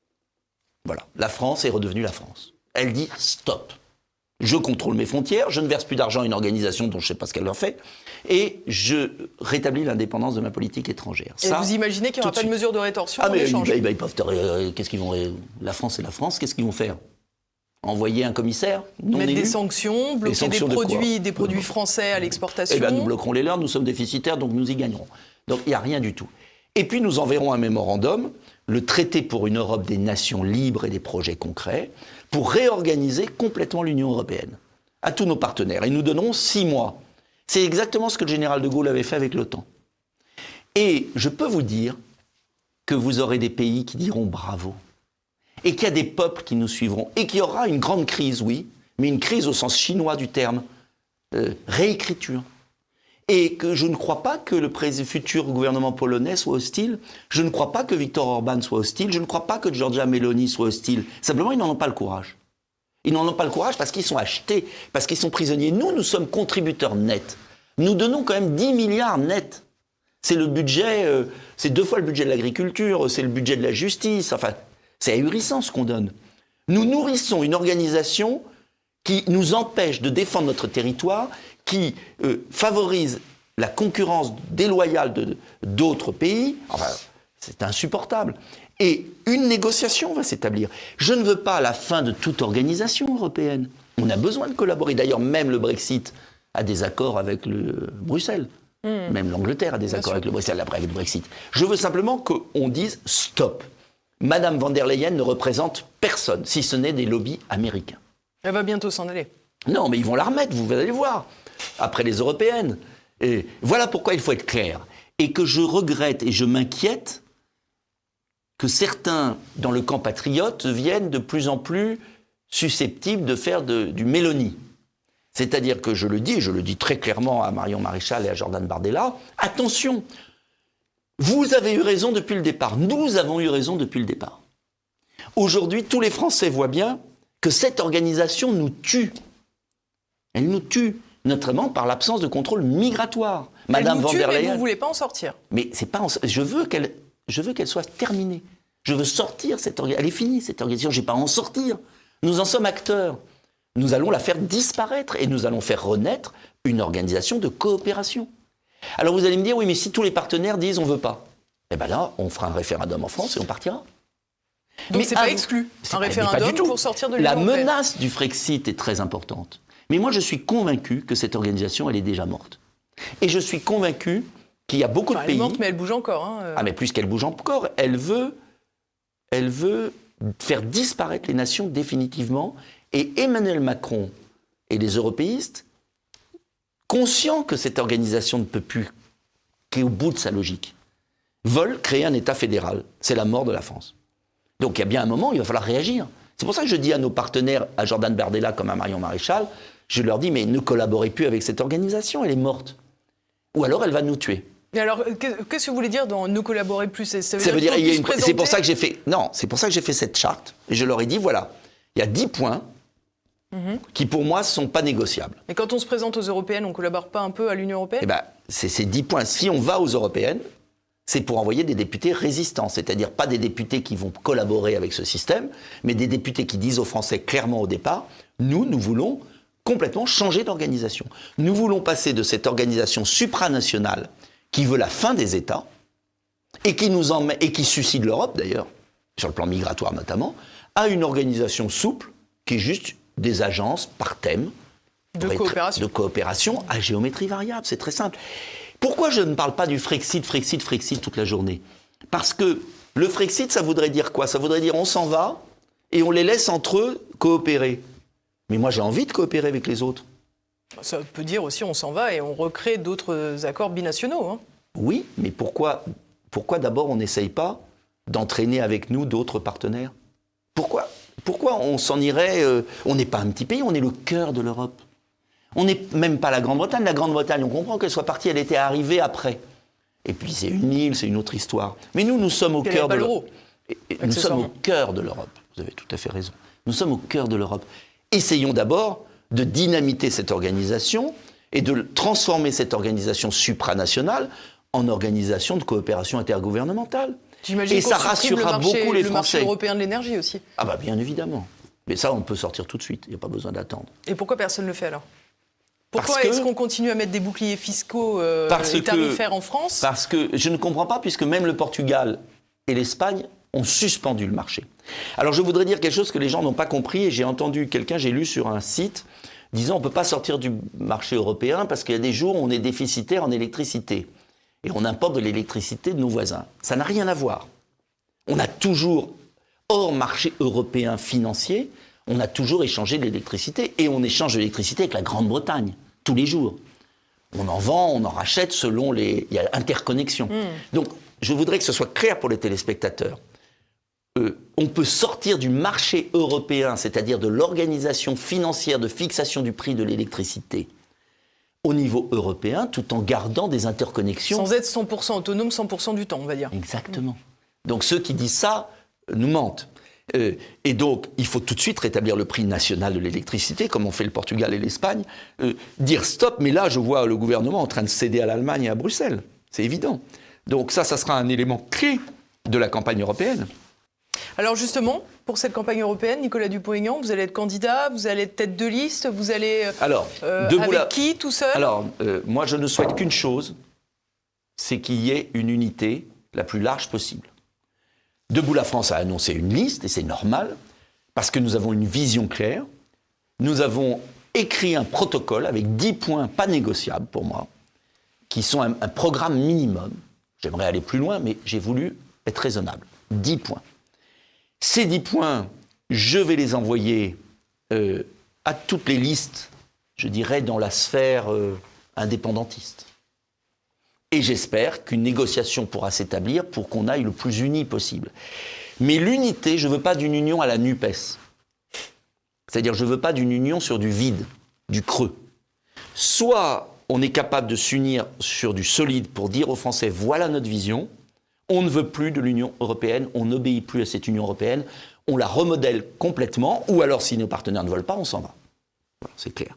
Voilà, la France est redevenue la France. Elle dit stop. Je contrôle mes frontières, je ne verse plus d'argent à une organisation dont je ne sais pas ce qu'elle leur fait, et je rétablis l'indépendance de ma politique étrangère. Et vous imaginez qu'il n'y aura pas de mesure de rétorsion en échange ? Ils peuvent. Qu'est-ce qu'ils vont La France, c'est la France. Qu'est-ce qu'ils vont faire ? Envoyer un commissaire non Mettre élu ? des sanctions, bloquer des produits français à l'exportation. Nous bloquerons les leurs. Nous sommes déficitaires, donc nous y gagnerons. Donc il n'y a rien du tout. Et puis nous enverrons un mémorandum, le traité pour une Europe des nations libres et des projets concrets, pour réorganiser complètement l'Union européenne, à tous nos partenaires. Et nous donnerons 6 mois. C'est exactement ce que le général de Gaulle avait fait avec l'OTAN. Et je peux vous dire que vous aurez des pays qui diront bravo. Et qu'il y a des peuples qui nous suivront. Et qu'il y aura une grande crise, oui, mais une crise au sens chinois du terme. Réécriture. Et que je ne crois pas que le futur gouvernement polonais soit hostile. Je ne crois pas que Viktor Orban soit hostile. Je ne crois pas que Giorgia Meloni soit hostile. Simplement, ils n'en ont pas le courage. Ils n'en ont pas le courage parce qu'ils sont achetés, parce qu'ils sont prisonniers. Nous sommes contributeurs nets. Nous donnons quand même 10 milliards nets. C'est le budget, c'est 2 fois le budget de l'agriculture, c'est le budget de la justice. Enfin, c'est ahurissant ce qu'on donne. Nous nourrissons une organisation qui nous empêche de défendre notre territoire, qui favorise la concurrence déloyale d'autres pays. Enfin, c'est insupportable. Et une négociation va s'établir. Je ne veux pas la fin de toute organisation européenne. On a besoin de collaborer. D'ailleurs, même le Brexit a des accords avec Bruxelles. Même l'Angleterre a des accords avec le Bruxelles après avec le Brexit. Je veux simplement qu'on dise stop. Madame von der Leyen ne représente personne, si ce n'est des lobbies américains. Elle va bientôt s'en aller. Non, mais ils vont la remettre, vous allez voir, après les européennes. Et voilà pourquoi il faut être clair. Et que je regrette et je m'inquiète que certains, dans le camp patriote, viennent de plus en plus susceptibles de faire du Mélanie. C'est-à-dire que je le dis, et je le dis très clairement à Marion Maréchal et à Jordan Bardella, attention, vous avez eu raison depuis le départ, nous avons eu raison depuis le départ. Aujourd'hui, tous les Français voient bien que cette organisation nous tue. Elle nous tue, notamment par l'absence de contrôle migratoire. Madame von der Leyen, mais vous ne voulez pas en sortir. Mais c'est pas je veux qu'elle soit terminée. Je veux sortir cette organisation. Elle est finie, cette organisation. Je n'ai pas à en sortir. Nous en sommes acteurs. Nous allons la faire disparaître et nous allons faire renaître une organisation de coopération. Alors vous allez me dire, oui, mais si tous les partenaires disent on ne veut pas, eh bien là, on fera un référendum en France et on partira. Donc c'est pas exclu, un référendum pour sortir de l'Union européenne. La menace du Frexit est très importante. Mais moi, je suis convaincu que cette organisation, elle est déjà morte. Et je suis convaincu qu'il y a beaucoup de pays... Elle est morte, mais elle bouge encore. Ah, mais plus qu'elle bouge encore, elle veut faire disparaître les nations définitivement. Et Emmanuel Macron et les européistes, conscients que cette organisation ne peut plus, qui est au bout de sa logique, veulent créer un État fédéral. C'est la mort de la France. Donc il y a bien un moment où il va falloir réagir. C'est pour ça que je dis à nos partenaires, à Jordan Bardella comme à Marion Maréchal, je leur dis, mais ne collaborez plus avec cette organisation, elle est morte. Ou alors elle va nous tuer. Mais alors, qu'est-ce que vous voulez dire dans ne collaborer plus ? Ça veut dire c'est pour ça que j'ai fait... Non, c'est pour ça que j'ai fait cette charte. Et je leur ai dit, voilà, il y a 10 points qui, pour moi, ne sont pas négociables. Et quand on se présente aux européennes, on ne collabore pas un peu à l'Union européenne ? Eh bien, c'est ces 10 points. Si on va aux européennes, c'est pour envoyer des députés résistants, c'est-à-dire pas des députés qui vont collaborer avec ce système, mais des députés qui disent aux Français clairement au départ, nous voulons complètement changer d'organisation. Nous voulons passer de cette organisation supranationale qui veut la fin des États, et qui suscite l'Europe d'ailleurs, sur le plan migratoire notamment, à une organisation souple qui est juste des agences par thème de coopération à géométrie variable. C'est très simple. Pourquoi je ne parle pas du Frexit toute la journée ? Parce que le Frexit, ça voudrait dire quoi ? Ça voudrait dire on s'en va et on les laisse entre eux coopérer. Mais moi, j'ai envie de coopérer avec les autres. Ça peut dire aussi on s'en va et on recrée d'autres accords binationaux. Hein. Oui, mais pourquoi d'abord on n'essaye pas d'entraîner avec nous d'autres partenaires ? Pourquoi on s'en irait on n'est pas un petit pays, on est le cœur de l'Europe. On n'est même pas la Grande-Bretagne. La Grande-Bretagne, on comprend qu'elle soit partie, elle était arrivée après. Et puis c'est une île, c'est une autre histoire. Mais nous sommes au cœur de l'Europe. Nous sommes au cœur de l'Europe. Vous avez tout à fait raison. Nous sommes au cœur de l'Europe. Essayons d'abord de dynamiter cette organisation et de transformer cette organisation supranationale en organisation de coopération intergouvernementale. J'imagine Et qu'on ça supprime rassurera beaucoup les le marché Français. européen de l'énergie aussi. Ah bah bien évidemment. Mais ça, on peut sortir tout de suite, il n'y a pas besoin d'attendre. Et pourquoi personne ne le fait alors? Pourquoi Parce que- est-ce qu'on continue à mettre des boucliers fiscaux Parce et que- tarifaires en France? Parce que je ne comprends pas, puisque même le Portugal et l'Espagne ont suspendu le marché. Alors je voudrais dire quelque chose que les gens n'ont pas compris, et j'ai entendu quelqu'un, j'ai lu sur un site, disant on ne peut pas sortir du marché européen parce qu'il y a des jours où on est déficitaire en électricité. Et on importe de l'électricité de nos voisins. Ça n'a rien à voir. On a toujours, hors marché européen financier, on a toujours échangé de l'électricité. Et on échange de l'électricité avec la Grande-Bretagne, tous les jours. On en vend, on en rachète selon les... Il y a interconnexion. Donc, je voudrais que ce soit clair pour les téléspectateurs. On peut sortir du marché européen, c'est-à-dire de l'organisation financière de fixation du prix de l'électricité, au niveau européen, tout en gardant des interconnexions. Sans être 100% autonome 100% du temps, on va dire. Exactement. Donc ceux qui disent ça nous mentent. Et donc, il faut tout de suite rétablir le prix national de l'électricité, comme ont fait le Portugal et l'Espagne. Dire stop, mais là, je vois le gouvernement en train de céder à l'Allemagne et à Bruxelles. C'est évident. Donc ça sera un élément clé de la campagne européenne. Alors justement, pour cette campagne européenne, Nicolas Dupont-Aignan, vous allez être candidat, vous allez être tête de liste, vous allez... Alors, avec qui, tout seul? Alors, moi, je ne souhaite qu'une chose, c'est qu'il y ait une unité la plus large possible. Debout la France a annoncé une liste, et c'est normal, parce que nous avons une vision claire. Nous avons écrit un protocole avec 10 points pas négociables pour moi, qui sont un programme minimum. J'aimerais aller plus loin, mais j'ai voulu être raisonnable. 10 points. Ces 10 points, je vais les envoyer à toutes les listes, je dirais, dans la sphère indépendantiste. Et j'espère qu'une négociation pourra s'établir pour qu'on aille le plus unis possible. Mais l'unité, je ne veux pas d'une union à la NUPES. C'est-à-dire, je ne veux pas d'une union sur du vide, du creux. Soit on est capable de s'unir sur du solide pour dire aux Français, voilà notre vision, on ne veut plus de l'Union européenne, on n'obéit plus à cette Union européenne, on la remodèle complètement, ou alors si nos partenaires ne veulent pas, on s'en va. Voilà, c'est clair.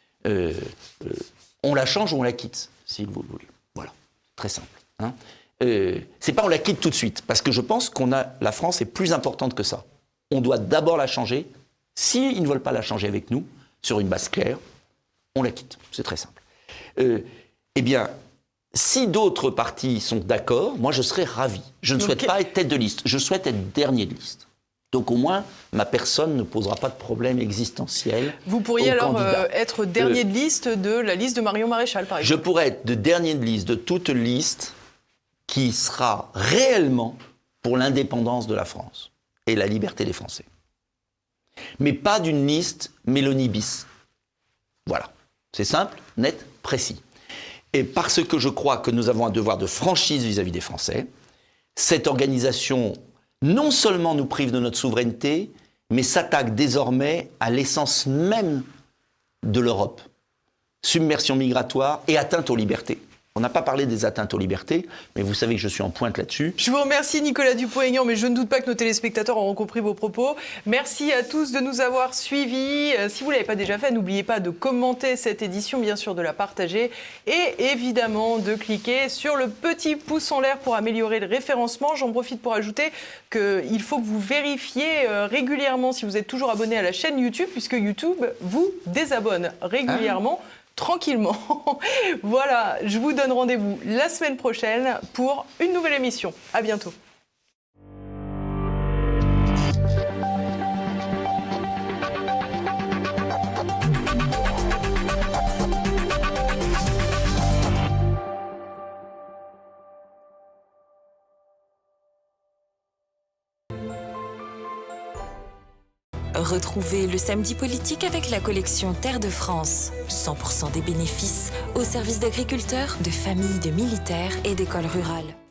On la change ou on la quitte, si vous le voulez. Voilà, très simple. Hein. C'est pas on la quitte tout de suite, parce que je pense la France est plus importante que ça. On doit d'abord la changer. S'ils ne veulent pas la changer avec nous, sur une base claire, on la quitte. C'est très simple. Eh bien, si d'autres partis sont d'accord, moi je serais ravi. Je ne souhaite pas être tête de liste, je souhaite être dernier de liste. Donc au moins, ma personne ne posera pas de problème existentiel. Vous pourriez alors candidat. être dernier de liste de la liste de Marion Maréchal, par exemple. Je pourrais être de dernier de liste de toute liste qui sera réellement pour l'indépendance de la France et la liberté des Français. Mais pas d'une liste Mélanie bis. Voilà. C'est simple, net, précis. Et parce que je crois que nous avons un devoir de franchise vis-à-vis des Français, cette organisation non seulement nous prive de notre souveraineté, mais s'attaque désormais à l'essence même de l'Europe. Submersion migratoire et atteinte aux libertés. On n'a pas parlé des atteintes aux libertés, mais vous savez que je suis en pointe là-dessus. Je vous remercie Nicolas Dupont-Aignan, mais je ne doute pas que nos téléspectateurs auront compris vos propos. Merci à tous de nous avoir suivis. Si vous ne l'avez pas déjà fait, n'oubliez pas de commenter cette édition, bien sûr de la partager et évidemment de cliquer sur le petit pouce en l'air pour améliorer le référencement. J'en profite pour ajouter qu'il faut que vous vérifiez régulièrement si vous êtes toujours abonné à la chaîne YouTube, puisque YouTube vous désabonne régulièrement. Tranquillement. Voilà, je vous donne rendez-vous la semaine prochaine pour une nouvelle émission. À bientôt. Retrouvez le samedi politique avec la collection Terre de France. 100% des bénéfices au service d'agriculteurs, de familles de militaires et d'écoles rurales.